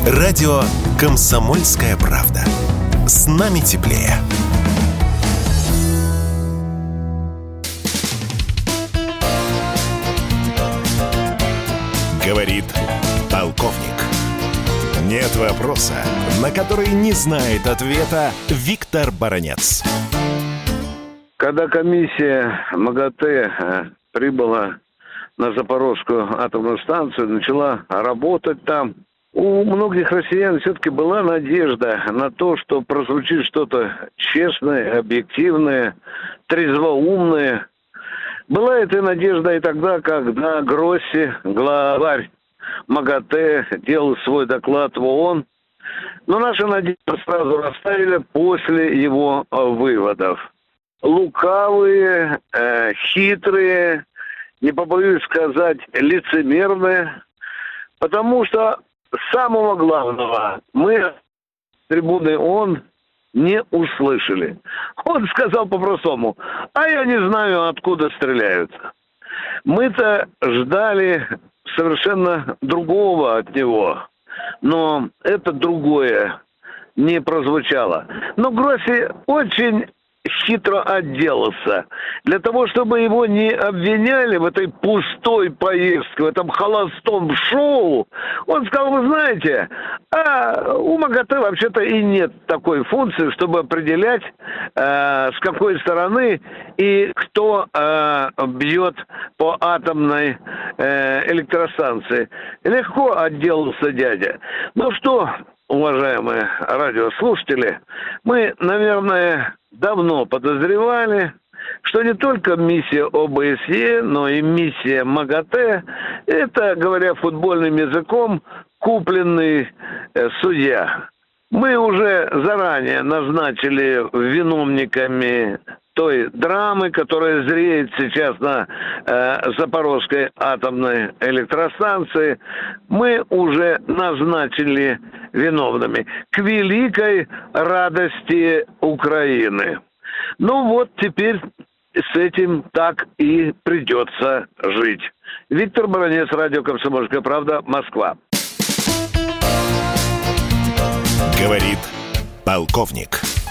Радио «Комсомольская правда». С нами теплее. Говорит полковник. Нет вопроса, на который не знает ответа Виктор Баранец. Когда комиссия МАГАТЭ прибыла на Запорожскую атомную станцию, начала работать там, у многих россиян все-таки была надежда на то, что прозвучит что-то честное, объективное, трезвоумное. Была эта надежда и тогда, когда Гросси, главарь МАГАТЭ, делал свой доклад в ООН. Но наши надежды сразу расставили после его выводов. Лукавые, хитрые, не побоюсь сказать, лицемерные, потому что самого главного мы с трибуны ООН не услышали. Он сказал по-простому: а я не знаю, откуда стреляют. Мы-то ждали совершенно другого от него, но это другое не прозвучало. Но Гросси очень хитро отделался. Для того, чтобы его не обвиняли в этой пустой поездке, в этом холостом шоу, он сказал: вы знаете, у МАГАТЭ вообще-то и нет такой функции, чтобы определять, с какой стороны и кто бьет по атомной электростанции. Легко отделался дядя. Ну что, уважаемые радиослушатели, мы, наверное, давно подозревали, что не только миссия ОБСЕ, но и миссия МАГАТЭ – это, говоря футбольным языком, купленный судья. Мы уже заранее назначили виновниками той драмы, которая зреет сейчас на Запорожской атомной электростанции, мы уже назначили виновными, к великой радости Украины. Ну вот теперь с этим так и придется жить. Виктор Баранец, радио «Комсомольская правда», Москва. Говорит полковник.